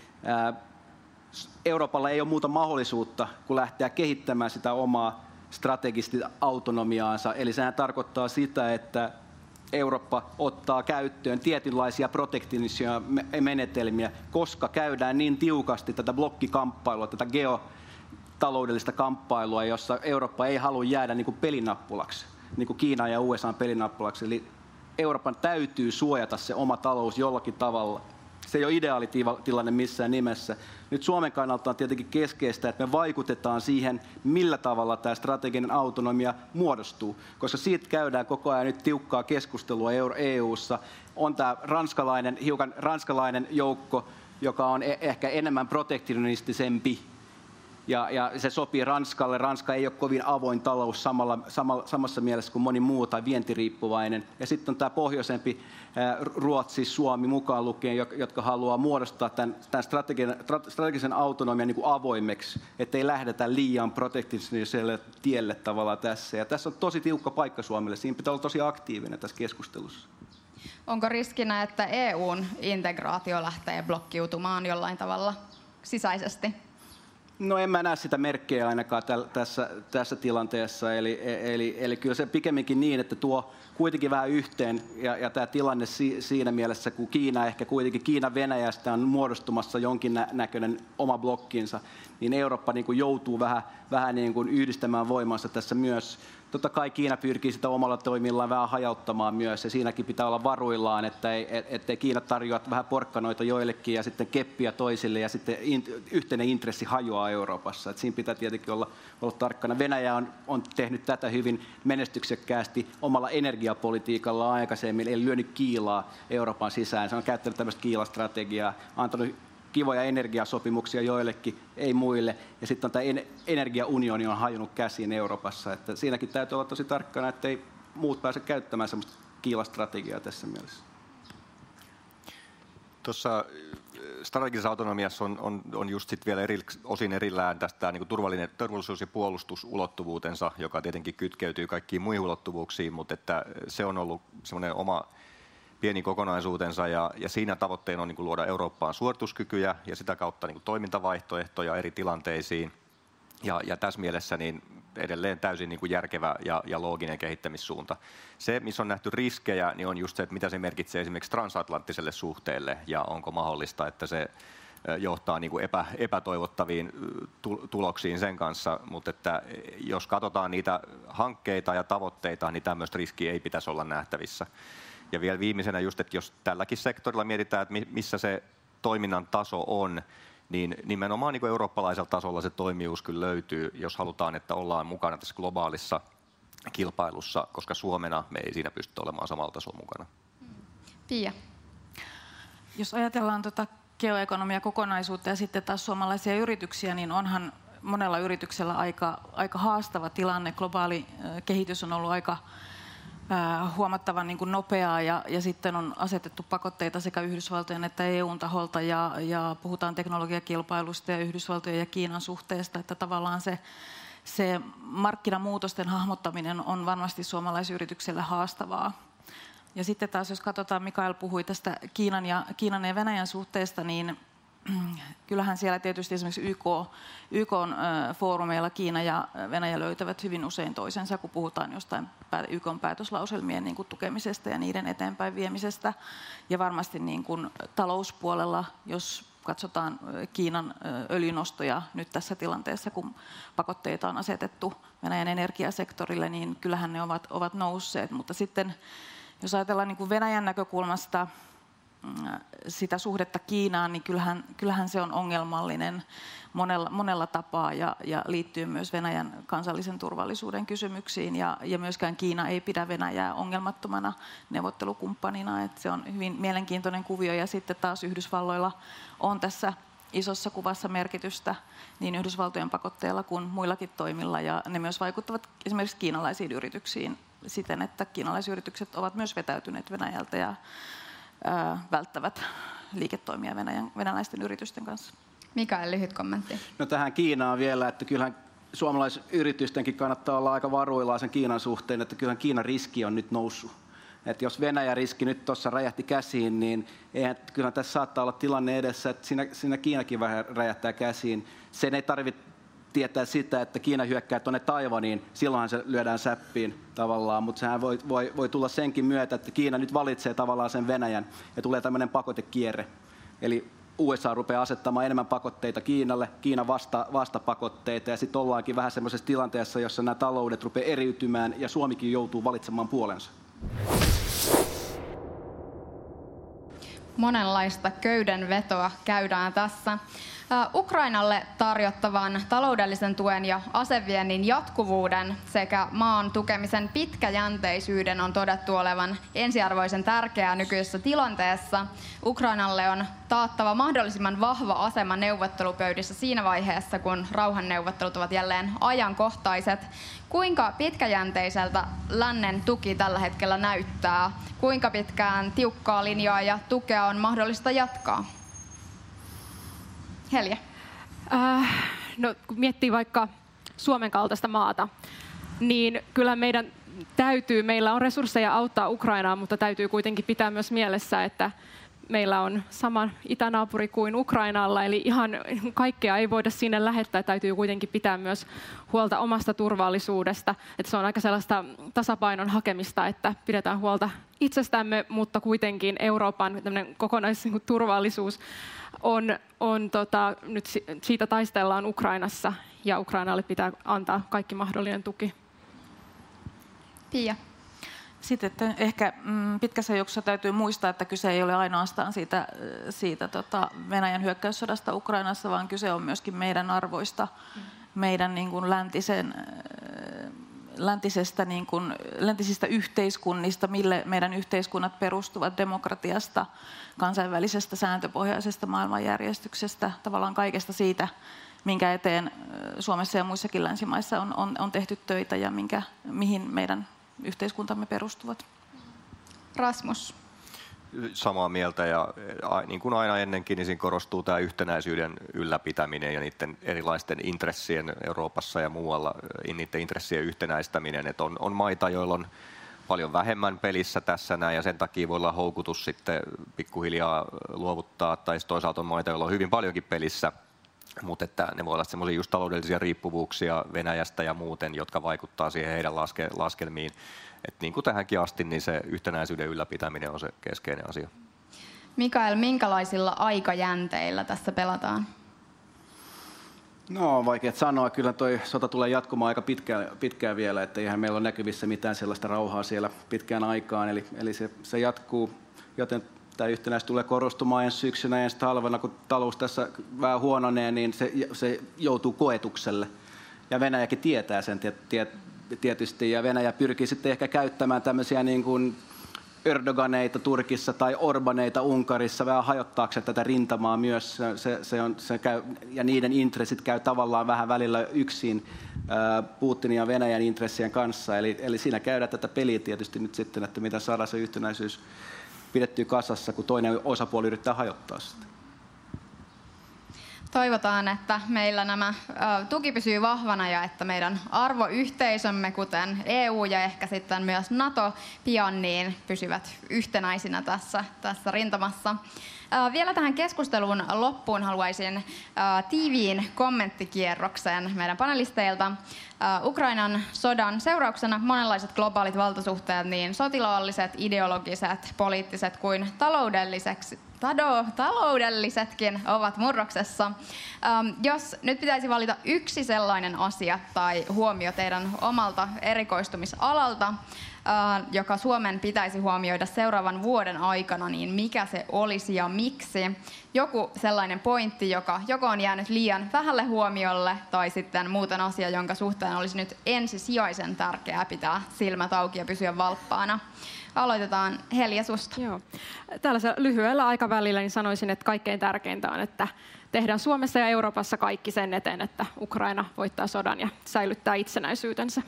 Euroopalla ei ole muuta mahdollisuutta kuin lähteä kehittämään sitä omaa strategista autonomiaansa. Eli sehän tarkoittaa sitä, että Eurooppa ottaa käyttöön tietynlaisia protektionistisia menetelmiä, koska käydään niin tiukasti tätä blokkikamppailua, tätä geotaloudellista kamppailua, jossa Eurooppa ei halua jäädä niin kuin pelinappulaksi, niin kuin Kiina ja USA pelinappulaksi. Eli Euroopan täytyy suojata se oma talous jollakin tavalla. Se ei ole ideaalitilanne missään nimessä. Nyt Suomen kannalta on tietenkin keskeistä, että me vaikutetaan siihen, millä tavalla tämä strateginen autonomia muodostuu, koska siitä käydään koko ajan nyt tiukkaa keskustelua EU:ssa. On tämä hiukan ranskalainen joukko, joka on ehkä enemmän protektionistisempi, ja se sopii Ranskalle. Ranska ei ole kovin avoin talous samassa mielessä kuin moni muu tai vientiriippuvainen. Ja sitten on tämä pohjoisempi Ruotsi, Suomi mukaan lukien, jotka haluaa muodostaa tämän strategisen autonomian niin kuin avoimeksi, ettei lähdetä liian protektionistiselle tielle tavallaan tässä. Ja tässä on tosi tiukka paikka Suomelle. Siinä pitää olla tosi aktiivinen tässä keskustelussa. Onko riskinä, että EUn integraatio lähtee blokkiutumaan jollain tavalla sisäisesti? No en mä näe sitä merkkejä ainakaan tässä tilanteessa, eli kyllä se pikemminkin niin, että tuo kuitenkin vähän yhteen, ja tämä tilanne siinä mielessä, kun Kiina-Venäjästä on muodostumassa jonkin näköinen oma blokkinsa, niin Eurooppa niin kuin joutuu vähän niin kuin yhdistämään voimansa tässä myös. Totta kai Kiina pyrkii sitä omalla toimillaan vähän hajauttamaan myös, ja siinäkin pitää olla varuillaan, ettei Kiina tarjoa vähän porkkanoita joillekin ja sitten keppiä toisille, ja sitten yhteinen intressi hajoaa Euroopassa. Et siinä pitää tietenkin olla tarkkana. Venäjä on tehnyt tätä hyvin menestyksekkäästi omalla energiapolitiikalla aikaisemmin, eli lyönyt kiilaa Euroopan sisään. Se on käyttänyt tämmöistä kiilastrategiaa, antanut kivoja energiasopimuksia joillekin, ei muille. Ja sitten on tämä energiaunioni on hajonnut käsiin Euroopassa. Että siinäkin täytyy olla tosi tarkkana, ettei muut pääse käyttämään semmoista kiilastrategiaa tässä mielessä. Tuossa strategisessa autonomiassa on just sit vielä osin erillään tästä niin kuin turvallisuus- ja puolustusulottuvuutensa, joka tietenkin kytkeytyy kaikkiin muihin ulottuvuuksiin, mutta että se on ollut semmoinen oma pieni kokonaisuutensa, ja siinä tavoitteena on niin kuin luoda Eurooppaan suorituskykyjä ja sitä kautta niin kuin toimintavaihtoehtoja eri tilanteisiin. Ja tässä mielessä niin edelleen täysin niin kuin järkevä ja looginen kehittämissuunta. Se, missä on nähty riskejä, niin on just se, että mitä se merkitsee esimerkiksi transatlanttiselle suhteelle, ja onko mahdollista, että se johtaa niin kuin epätoivottaviin tuloksiin sen kanssa, mutta että jos katsotaan niitä hankkeita ja tavoitteita, niin tämmöistä riskiä ei pitäisi olla nähtävissä. Ja vielä viimeisenä just, että jos tälläkin sektorilla mietitään, että missä se toiminnan taso on, niin nimenomaan niin kuin eurooppalaisella tasolla se toimijuus kyllä löytyy, jos halutaan, että ollaan mukana tässä globaalissa kilpailussa, koska Suomena me ei siinä pysty olemaan samalla tasolla mukana. Pia. Jos ajatellaan geoekonomia kokonaisuutta ja sitten taas suomalaisia yrityksiä, niin onhan monella yrityksellä aika haastava tilanne. Globaali kehitys on ollut aika huomattavan niin kuin nopeaa ja sitten on asetettu pakotteita sekä Yhdysvaltojen että EUn taholta ja puhutaan teknologiakilpailusta ja Yhdysvaltojen ja Kiinan suhteesta, että tavallaan se markkinamuutosten hahmottaminen on varmasti suomalaisyritykselle haastavaa. Ja sitten taas jos katsotaan, Mikael puhui tästä Kiinan ja Venäjän suhteesta, niin kyllähän siellä tietysti esimerkiksi YK-foorumeilla Kiina ja Venäjä löytävät hyvin usein toisensa, kun puhutaan jostain YK-päätöslauselmien niin kuin tukemisesta ja niiden eteenpäin viemisestä. Ja varmasti niin kuin talouspuolella, jos katsotaan Kiinan öljynostoja nyt tässä tilanteessa, kun pakotteita on asetettu Venäjän energiasektorille, niin kyllähän ne ovat nousseet. Mutta sitten jos ajatellaan niin kuin Venäjän näkökulmasta sitä suhdetta Kiinaan, niin kyllähän se on ongelmallinen monella tapaa ja liittyy myös Venäjän kansallisen turvallisuuden kysymyksiin. Ja myöskään Kiina ei pidä Venäjää ongelmattomana neuvottelukumppanina. Että se on hyvin mielenkiintoinen kuvio ja sitten taas Yhdysvalloilla on tässä isossa kuvassa merkitystä niin Yhdysvaltojen pakotteilla kuin muillakin toimilla. Ja ne myös vaikuttavat esimerkiksi kiinalaisiin yrityksiin siten, että kiinalaisyritykset ovat myös vetäytyneet Venäjältä ja välttävät liiketoimia venäläisten yritysten kanssa. Mikael, lyhyt kommentti. No tähän Kiinaan vielä, että kyllähän suomalaisyritystenkin kannattaa olla aika varuillaan sen Kiinan suhteen, että kyllähän Kiinan riski on nyt noussut. Että jos Venäjän riski nyt tuossa räjähti käsiin, niin kyllähän tässä saattaa olla tilanne edessä, että siinä Kiinakin vähän räjähtää käsiin. Sen ei tarvitse tietää sitä, että Kiina hyökkää tuonne Taiwaniin, silloinhan se lyödään säppiin tavallaan, mutta sehän voi tulla senkin myötä, että Kiina nyt valitsee tavallaan sen Venäjän ja tulee tämmöinen pakotekierre. Eli USA rupeaa asettamaan enemmän pakotteita Kiinalle, Kiina vastapakotteita ja sitten ollaankin vähän semmoisessa tilanteessa, jossa nämä taloudet rupeaa eriytymään ja Suomikin joutuu valitsemaan puolensa. Monenlaista köydenvetoa käydään tässä. Ukrainalle tarjottavan taloudellisen tuen ja aseviennin jatkuvuuden sekä maan tukemisen pitkäjänteisyyden on todettu olevan ensiarvoisen tärkeää nykyisessä tilanteessa. Ukrainalle on taattava mahdollisimman vahva asema neuvottelupöydissä siinä vaiheessa, kun rauhanneuvottelut ovat jälleen ajankohtaiset. Kuinka pitkäjänteiseltä lännen tuki tällä hetkellä näyttää? Kuinka pitkään tiukkaa linjaa ja tukea on mahdollista jatkaa? Helja. No, kun miettii vaikka Suomen kaltaista maata, niin kyllä meillä on resursseja auttaa Ukrainaa, mutta täytyy kuitenkin pitää myös mielessä, että meillä on sama itänaapuri kuin Ukrainalla, eli ihan kaikkea ei voida sinne lähettää, täytyy kuitenkin pitää myös huolta omasta turvallisuudesta. Että se on aika sellaista tasapainon hakemista, että pidetään huolta itsestämme, mutta kuitenkin Euroopan kokonaisturvallisuus nyt siitä taistellaan Ukrainassa ja Ukrainalle pitää antaa kaikki mahdollinen tuki. Pia. Sitten että ehkä pitkässä juoksussa täytyy muistaa, että kyse ei ole ainoastaan siitä Venäjän hyökkäyssodasta Ukrainassa, vaan kyse on myöskin meidän arvoista, meidän niin kuin läntisistä yhteiskunnista, mille meidän yhteiskunnat perustuvat, demokratiasta, kansainvälisestä sääntöpohjaisesta maailmanjärjestyksestä, tavallaan kaikesta siitä, minkä eteen Suomessa ja muissakin länsimaissa on tehty töitä ja mihin meidän yhteiskuntamme perustuvat. Rasmus. Samaa mieltä ja niin kuin aina ennenkin, niin siinä korostuu tämä yhtenäisyyden ylläpitäminen ja niiden erilaisten intressien Euroopassa ja muualla, niiden intressien yhtenäistäminen. Että on maita, joilla on paljon vähemmän pelissä tässä näin ja sen takia voi olla houkutus sitten pikkuhiljaa luovuttaa, tai toisaalta on maita, joilla on hyvin paljonkin pelissä, mutta että ne voi olla semmoisia just taloudellisia riippuvuuksia Venäjästä ja muuten, jotka vaikuttaa siihen heidän laskelmiin. Että niin kuin tähänkin asti, niin se yhtenäisyyden ylläpitäminen on se keskeinen asia. Mikael, minkälaisilla aikajänteillä tässä pelataan? No, vaikea sanoa. Kyllä toi sota tulee jatkumaan aika pitkään vielä, että eihän meillä ole näkyvissä mitään sellaista rauhaa siellä pitkään aikaan. Eli se jatkuu, joten tämä yhtenäisyys tulee korostumaan ensi syksynä ja ensi talvena, kun talous tässä vähän huononee, niin se joutuu koetukselle. Ja Venäjäkin tietää sen tietysti, ja Venäjä pyrkii sitten ehkä käyttämään tämmöisiä niin kuin Erdoganeita Turkissa tai Orbaneita Unkarissa vähän hajottaakseen tätä rintamaa myös. Se käy, ja niiden intressit käy tavallaan vähän välillä yksin Putinin ja Venäjän intressien kanssa. Eli siinä käydään tätä peliä tietysti nyt sitten, että miten saadaan se yhtenäisyys pidettyä kasassa, kun toinen osapuoli yrittää hajottaa sitä. Toivotaan, että meillä nämä tuki pysyy vahvana ja että meidän arvoyhteisömme, kuten EU ja ehkä sitten myös NATO, pian niin pysyvät yhtenäisinä tässä rintamassa. Vielä tähän keskustelun loppuun haluaisin tiiviin kommenttikierroksen meidän panelisteilta. Ukrainan sodan seurauksena monenlaiset globaalit valtasuhteet, niin sotilaalliset, ideologiset, poliittiset kuin taloudellisetkin ovat murroksessa. Jos nyt pitäisi valita yksi sellainen asia tai huomio teidän omalta erikoistumisalalta, joka Suomen pitäisi huomioida seuraavan vuoden aikana, niin mikä se olisi ja miksi? Joku sellainen pointti, joka joko on jäänyt liian vähälle huomiolle tai sitten muuten asia, jonka suhteen olisi nyt ensisijaisen tärkeää pitää silmät auki ja pysyä valppaana. Aloitetaan Helja susta. Joo. Tällaisella lyhyellä aikavälillä niin sanoisin, että kaikkein tärkeintä on, että tehdään Suomessa ja Euroopassa kaikki sen eteen, että Ukraina voittaa sodan ja säilyttää itsenäisyytensä.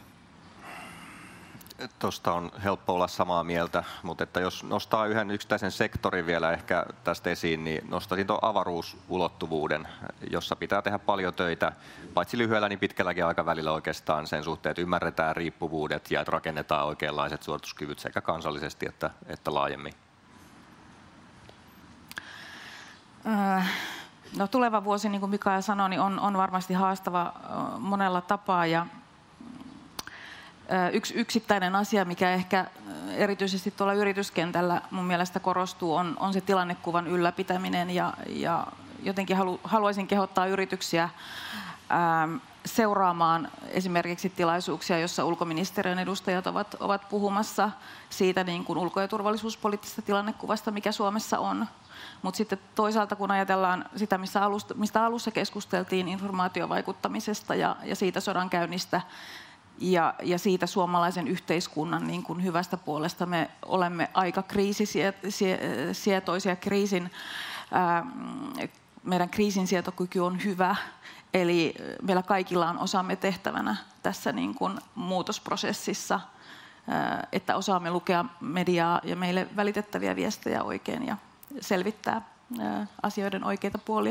Tuosta on helppo olla samaa mieltä, mutta että jos nostaa yhden yksittäisen sektorin vielä ehkä tästä esiin, niin nostaisin tuon avaruusulottuvuuden, jossa pitää tehdä paljon töitä, paitsi lyhyellä, niin pitkälläkin aikavälillä oikeastaan sen suhteen, että ymmärretään riippuvuudet ja että rakennetaan oikeanlaiset suorituskyvyt sekä kansallisesti että laajemmin. No, tuleva vuosi, niin kuin Mikael sanoi, niin on varmasti haastava monella tapaa. Ja yksi yksittäinen asia, mikä ehkä erityisesti tuolla yrityskentällä mun mielestä korostuu, on se tilannekuvan ylläpitäminen. Ja jotenkin haluaisin kehottaa yrityksiä seuraamaan esimerkiksi tilaisuuksia, jossa ulkoministeriön edustajat ovat puhumassa siitä niin kuin ulko- ja turvallisuuspoliittisesta tilannekuvasta, mikä Suomessa on. Mutta sitten toisaalta, kun ajatellaan sitä, mistä alussa keskusteltiin informaatiovaikuttamisesta ja siitä sodankäynnistä ja siitä suomalaisen yhteiskunnan niin kuin hyvästä puolesta, me olemme aika kriisisietoisia. Meidän kriisinsietokyky on hyvä, eli meillä kaikilla on osamme tehtävänä tässä niin kuin muutosprosessissa, että osaamme lukea mediaa ja meille välitettäviä viestejä oikein ja selvittää asioiden oikeita puolia.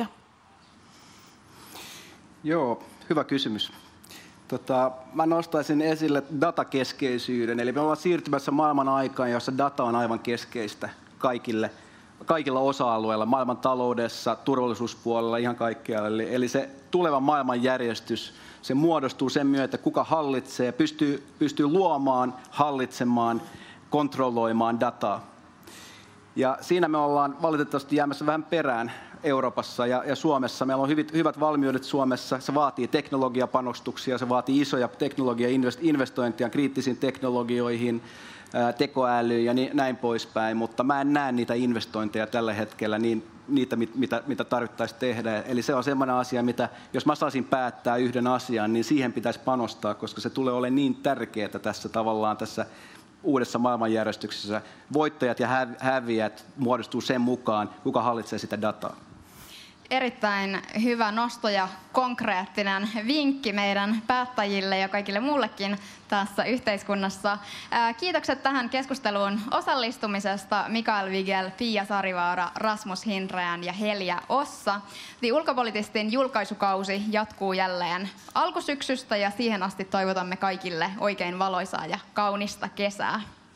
Joo, hyvä kysymys. Mä nostaisin esille datakeskeisyyden. Eli me ollaan siirtymässä maailman aikaan, jossa data on aivan keskeistä kaikilla osa-alueilla, maailman taloudessa, turvallisuuspuolella, ihan kaikkialla. Eli se tuleva maailmanjärjestys, se muodostuu sen myötä, kuka hallitsee, pystyy luomaan, hallitsemaan, kontrolloimaan dataa. Ja siinä me ollaan valitettavasti jäämässä vähän perään Euroopassa ja Suomessa. Meillä on hyvät valmiudet Suomessa. Se vaatii teknologiapanostuksia, se vaatii isoja teknologiainvestointeja kriittisiin teknologioihin, tekoälyyn ja näin poispäin. Mutta mä en näe niitä investointeja tällä hetkellä, mitä tarvittaisiin tehdä. Eli se on sellainen asia, mitä jos mä saisin päättää yhden asian, niin siihen pitäisi panostaa, koska se tulee olemaan niin tärkeää tässä uudessa maailmanjärjestyksessä. Voittajat ja häviäjät muodostuu sen mukaan, kuka hallitsee sitä dataa. Erittäin hyvä nosto ja konkreettinen vinkki meidän päättäjille ja kaikille muullekin tässä yhteiskunnassa. Kiitokset tähän keskusteluun osallistumisesta Mikael Wigel, Pia Sarivaara, Rasmus Hinrään ja Helja Ossa. The Ulkopolitistin julkaisukausi jatkuu jälleen alkusyksystä ja siihen asti toivotamme kaikille oikein valoisaa ja kaunista kesää.